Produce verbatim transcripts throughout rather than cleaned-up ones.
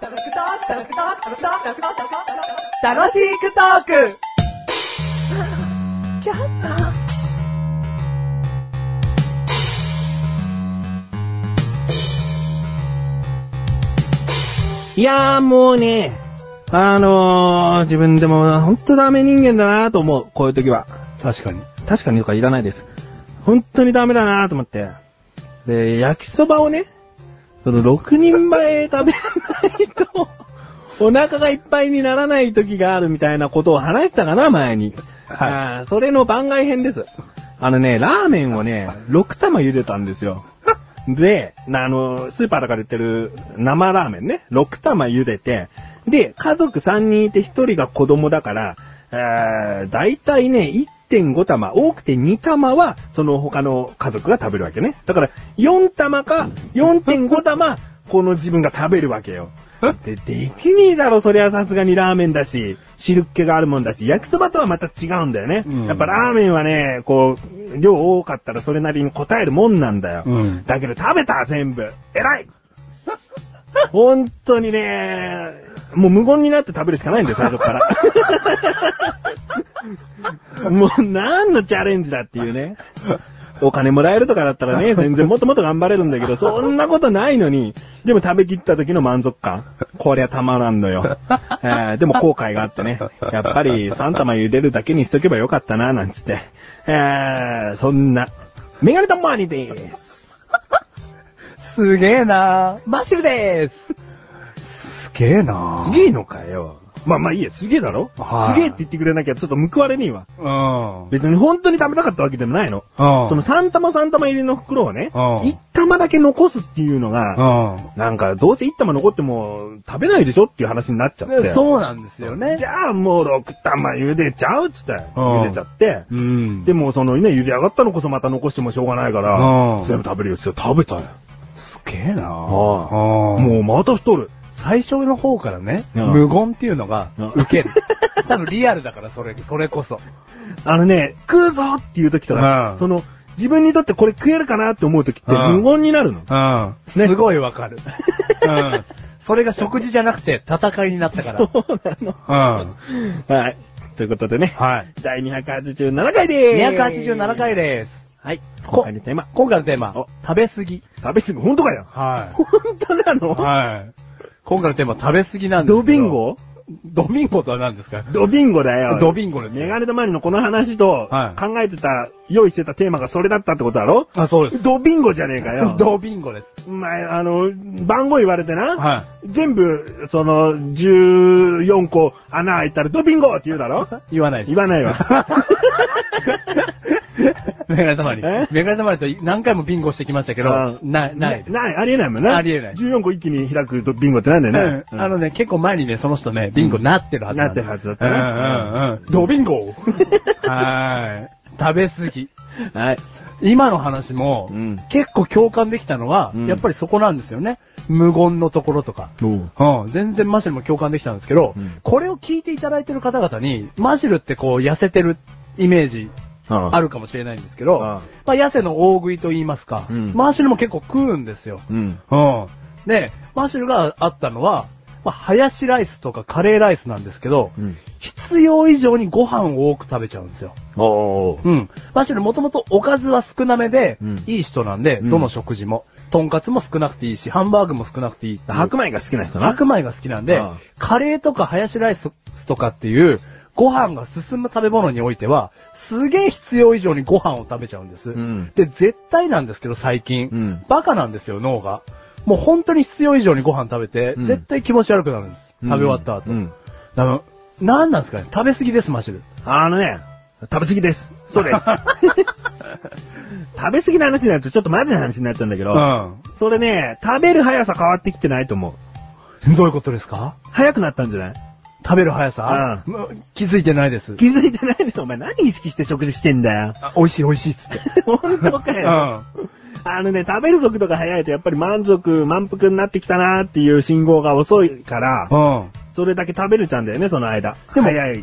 楽しくトークいやーもうね、あのー、自分でもほんとダメ人間だなと思う、こういう時は。 確かに。 確かにとかいらないです。本当にダメだなと思って。で、焼きそばをね、そのろくにん前食べないと、お腹がいっぱいにならない時があるみたいなことを話してたかな、前に。 はいあ、それの番外編です。あのね、ラーメンをね、ろく玉茹でたんですよ。で、あの、スーパーとかで売ってる生ラーメンね、ろく玉茹でて、で、家族さんにんいてひとりが子供だから、えー、だいたいね、いってんご玉、多くてに玉は、その他の家族が食べるわけね。だから、よん玉か、よんてんご玉、この自分が食べるわけよ。で、できねえだろ、そりゃさすがにラーメンだし、汁っ気があるもんだし、焼きそばとはまた違うんだよね。うん、やっぱラーメンはね、こう、量多かったらそれなりに応えるもんなんだよ。うん、だけど食べた、全部。偉い本当にね、もう無言になって食べるしかないんだよ、最初から。もう何のチャレンジだっていうね。お金もらえるとかだったらね、全然もっともっと頑張れるんだけど、そんなことないのに、でも食べきった時の満足感、こりゃたまらんのよ。えー、でも後悔があってね、やっぱりさん玉茹でるだけにしとけばよかったな、なんつって。えー、そんな、メガネタマーニでーす。 すげーなー。マッシュルでーす。すげーなー。 すげーのかよ。まあまあいいや、すげえだろ、はい、すげえって言ってくれなきゃちょっと報われねえわ。うん。別に本当に食べたかったわけでもないの。うん。そのさん玉さん玉入りの袋をね、うん。いち玉だけ残すっていうのが、うん。なんかどうせいち玉残っても食べないでしょっていう話になっちゃって。 そうなんですよね。 じゃあもうろく玉茹でちゃうっつって、うん。茹でちゃって。うん。でもそのね、茹で上がったのこそまた残してもしょうがないから、うん。全部食べるよって食べたよ。 すげえなぁ。ああ。 もうまた太る。 最初の方からね、うん、無言っていうのが受ける。多分リアルだから、それ、それこそ。 あのね、食うぞっていう時とか、うん、その、自分にとってこれ食えるかなって思う時って無言になるの。 うん。ね、すごいわかる。うん。それが食事じゃなくて戦いになったから。 そうなの。うん。はい。ということでね。はい。だいにひゃくはちじゅうななかいでーす。 にひゃくはちじゅうななかいでーす。 はい。今回のテーマ。 今回のテーマ。食べ過ぎ。 食べ過ぎ。本当かよ。 はい。 本当なの？ はい。今回のテーマは食べ過ぎなんですけど。 ドビンゴ？ ドビンゴとは何ですか？ ドビンゴだよ。 ドビンゴですよ。 メガネとマニのこの話と、考えてた、用意してたテーマがそれだったってことだろ？ あ、そうです。 ドビンゴじゃねえかよ。 ドビンゴです。 前、あの、番号言われてな。はい。全部、その、じゅうよんこ穴開いたらドビンゴって言うだろ？ 言わないです。 言わないわ。 メガネたまり。メガネたまりと何回もビンゴしてきましたけど、ない、ない。 ない、ありえないもんね。 ありえない。 じゅうよんこ一気に開くとビンゴってなんだよね。 あのね、結構前にね、その人ね、ビンゴなってるはずなってるはずだったね。 うんうんうん。ドビンゴはい。食べ過ぎ。はい。今の話も、結構共感できたのは、やっぱりそこなんですよね。無言のところとか。うん。全然マシルも共感できたんですけど、これを聞いていただいてる方々に、マシルってこう痩せてるイメージ、あるかもしれないんですけど、まあ、痩せの大食いと言いますか、うん、マーシュルも結構食うんですよ。うんうん、で、マーシュルがあったのは、まあ、ハヤシライスとかカレーライスなんですけど、うん、必要以上にご飯を多く食べちゃうんですよ。おうん。マーシュルもともとおかずは少なめで、うん、いい人なんで、どの食事も。とんかつも少なくていいし、ハンバーグも少なくていい。 白米が好きな人な。 白米が好きなんで、カレーとかハヤシライスとかっていう、ご飯が進む食べ物においては、すげえ必要以上にご飯を食べちゃうんです。うん、で、絶対なんですけど最近、うん、バカなんですよ、脳が。もう本当に必要以上にご飯食べて、うん、絶対気持ち悪くなるんです。うん、食べ終わった後。うん、だから、なんなんですかね、食べ過ぎです、マシル。 あのね、食べ過ぎです。そうです。食べ過ぎの話になるとちょっとマジな話になっちゃうんだけど、うん、それね、食べる速さ変わってきてないと思う。どういうことですか？ 早くなったんじゃない？ 食べる速さ、うん、気づいてないです。 気づいてないです。お前何意識して食事してんだよ。 あ、美味しい美味しいっつって。 本当かよ。うん、あのね、食べる速度が速いとやっぱり満足、満腹になってきたなーっていう信号が遅いから、うん、それだけ食べれちゃうんだよね、その間。でも早い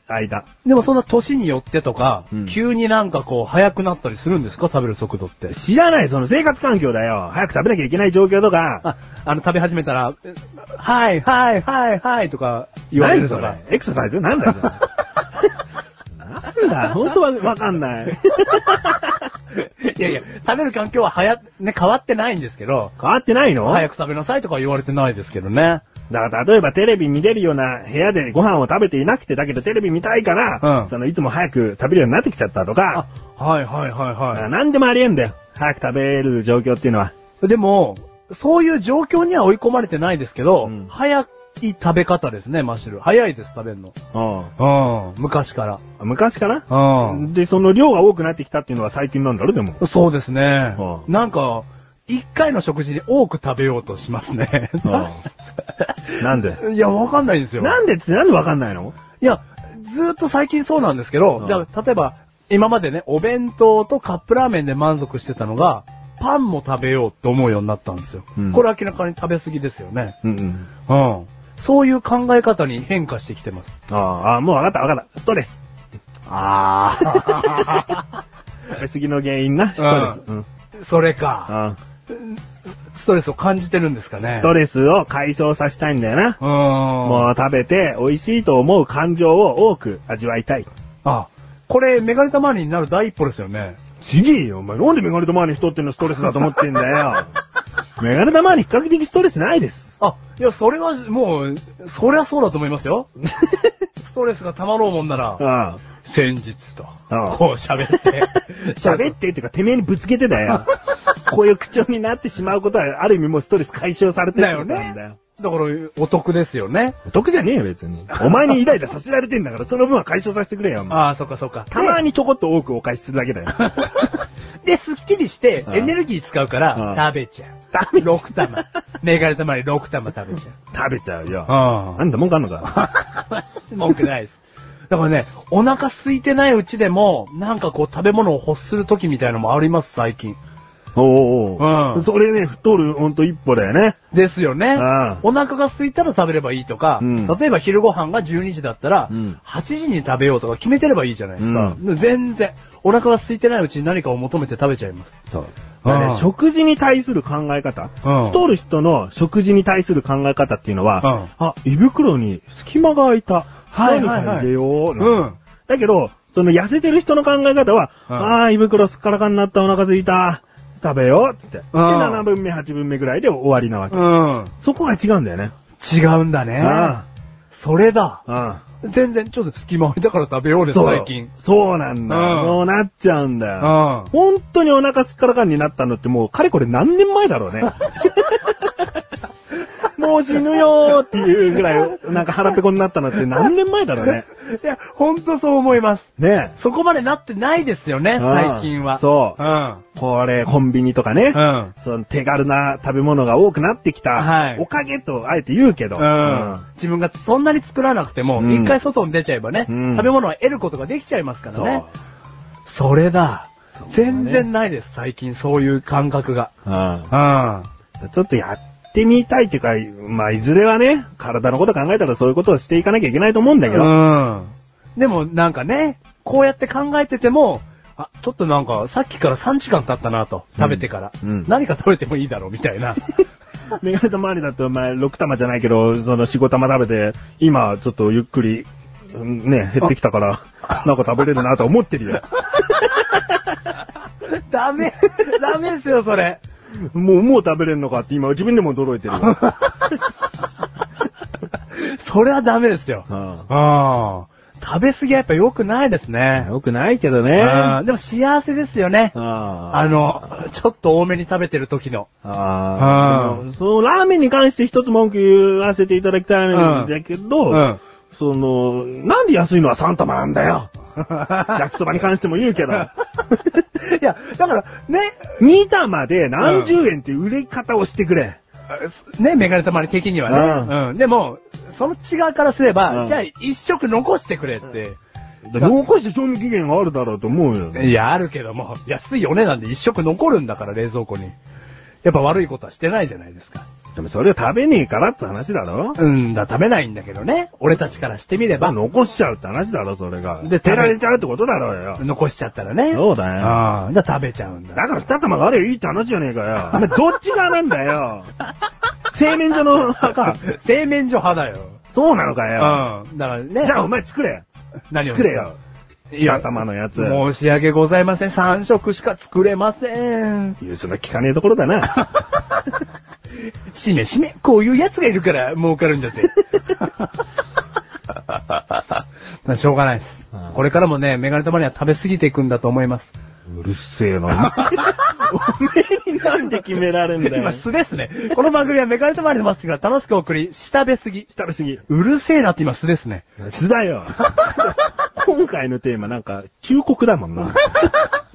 間。 でもそんな年によってとか、 うん、 急になんかこう、早くなったりするんですか？食べる速度って。 知らない、その生活環境だよ。早く食べなきゃいけない状況とか。 あ、あの、食べ始めたら、はい、はい、はい、はい、とか言われるとか。 何それ？エクササイズ？なんだよ、それ。なんだ、本当はわかんない。 いやいや、食べる環境ははや、ね、変わってないんですけど。 変わってないの？ 早く食べなさいとか言われてないですけどね。 だから例えばテレビ見れるような部屋でご飯を食べていなくて、だけどテレビ見たいから、うん、そのいつも早く食べるようになってきちゃったとか。 あ、はいはいはいはい。 何でもありえんだよ。早く食べる状況っていうのは。 でも、そういう状況には追い込まれてないですけど、うん、早い食べ方ですね、マッシュル。早いです、食べるの。うん。うん。昔から。 昔からうん。 で、その量が多くなってきたっていうのは最近なんだろ、でも。 そうですね。うん、なんか、一回の食事に多く食べようとしますね。 なんで？ いや、わかんないんですよ。 なんでって、なんでわかんないの？ いや、ずーっと最近そうなんですけど、じゃあ例えば、今までね、お弁当とカップラーメンで満足してたのが、パンも食べようと思うようになったんですよ。うん、これ明らかに食べ過ぎですよね。うんうん。うん。そういう考え方に変化してきてます。 ああ、もうわかったわかった。ストレス。ああ。食べ過ぎの原因な、ストレス。うん。 それか。ストレスを感じてるんですかね。 ストレスを解消させたいんだよな。うん。もう食べて美味しいと思う感情を多く味わいたい。 あ、これメガネたまわりになる第一歩ですよね。 ちげえよ、お前。なんでメガネたまわりに太ってんのストレスだと思ってんだよ。メガネたまわり比較的ストレスないです。 あ、いや、それはもう、そりゃそうだと思いますよ。ストレスが溜まろうもんなら。ああ、先日と。ああ、こう喋って。 喋ってっていうか、てめえにぶつけてだよ。こういう口調になってしまうことは、ある意味もうストレス解消されてるんだよ。だよね。 だから、お得ですよね。 お得じゃねえよ、別に。お前にイライラさせられてんだから、その分は解消させてくれよ、お前。 ああ、そっかそっか。 たまにちょこっと多くお返しするだけだよ。 で、スッキリして、エネルギー使うから、食べちゃう。 食べちゃう。 ろく玉。メガネたまにろく玉食べちゃう。食べちゃうよ。うん。なんだ、文句あんのか。 文句ないです。だからね、お腹空いてないうちでも、なんかこう食べ物を欲する時みたいのもあります、最近。 おおお、うん。それね、太るほんと一歩だよね。 ですよね。うん、お腹が空いたら食べればいいとか、うん、例えば昼ご飯がじゅうにじだったら、うん、はちじに食べようとか決めてればいいじゃないですか。うん、全然、お腹が空いてないうちに何かを求めて食べちゃいます。 そう。だからね、食事に対する考え方、うん、太る人の食事に対する考え方っていうのは、うん、あ、胃袋に隙間が空いた。はいはいはい。何か入れよう。うん。だけど、その痩せてる人の考え方は、うん、ああ、胃袋すっからかになった、お腹空いた。食べようつって。で、ななぶんめ、はちぶんめぐらいで終わりなわけ。うん。そこが違うんだよね。 違うんだね。ああ。それだ。うん。全然ちょっと隙間空いたから食べようです、最近。 そうなんだ。うん、そうなっちゃうんだよ。うん。本当にお腹すっからかんになったのってもう、かれこれ何年前だろうね。もう死ぬよーっていうぐらい、なんか腹ペコになったのって何年前だろうね。 いや、ほんとそう思います。 ね。 そこまでなってないですよね、最近は。 そう。うん。これ、コンビニとかね。うん。その手軽な食べ物が多くなってきた。はい。おかげとあえて言うけど。うん。 自分がそんなに作らなくても、一回外に出ちゃえばね、食べ物は得ることができちゃいますからね。そう。それだ。全然ないです、最近そういう感覚が。うん。 うん。ちょっとやってってみたいっていうか、まあ、いずれはね、体のこと考えたらそういうことをしていかなきゃいけないと思うんだけど。うん。 でもなんかね、こうやって考えてても、あ、ちょっとなんか、さっきからさんじかん経ったなと、食べてから。うん。何か食べてもいいだろうみたいな。 メガネたまわりだとお前ろく玉じゃないけど、そのよん、ご玉食べて、今ちょっとゆっくり、ね、減ってきたから、なんか食べれるなと思ってるよ。 ダメ、ダメですよ、それ。 もう、もう食べれんのかって今自分でも驚いてるよ。 それはダメですよ。ああ、食べ過ぎはやっぱ良くないですね。 良くないけどね。 でも幸せですよね。あ, あの、ちょっと多めに食べてる時の。 ああ。そのラーメンに関して一つ文句言わせていただきたいんだけど、うんうん、その、なんで安いのはさん玉なんだよ。焼きそばに関しても言うけど。 いや、だから、ね。 に玉で何十円って売り方をしてくれ。 うん、ね、メガネたまり的にはね。うん。うん、でも、その違うからすれば、うん、じゃあ一食残してくれって。 残して賞味期限があるだろうと思うよ。 いや、あるけども、安いお値段で一食残るんだから、冷蔵庫に。やっぱ悪いことはしてないじゃないですか。 でもそれを食べねえからって話だろ。 うんだ、食べないんだけどね。俺たちからしてみれば。 残しちゃうって話だろ、それが。で、捨てられちゃうってことだろうよ。 残しちゃったらね。 そうだよ。 ああ、じゃあ食べちゃうんだ。 だから二玉があれいいって話じゃねえかよ。お前どっち側なんだよ。製麺所の派か。 製麺所派だよ。 そうなのかよ。 うん。だからね。 じゃあお前作れ。 何を作れよ。いや、頭のやつ。 申し訳ございません。三食しか作れません。 融通の効かねえところだな。 しめしめ、こういう奴がいるから儲かるんだぜ。しょうがないです。これからもね、メガネたまには食べ過ぎていくんだと思います。 うるせえな。おめえになんで決められんだよ。 今素ですね。この番組はメガネたまりのマッチが楽しく送り、下べすぎ。 下べすぎ。 うるせえなって今素ですね。 素だよ。今回のテーマなんか、忠告だもんな。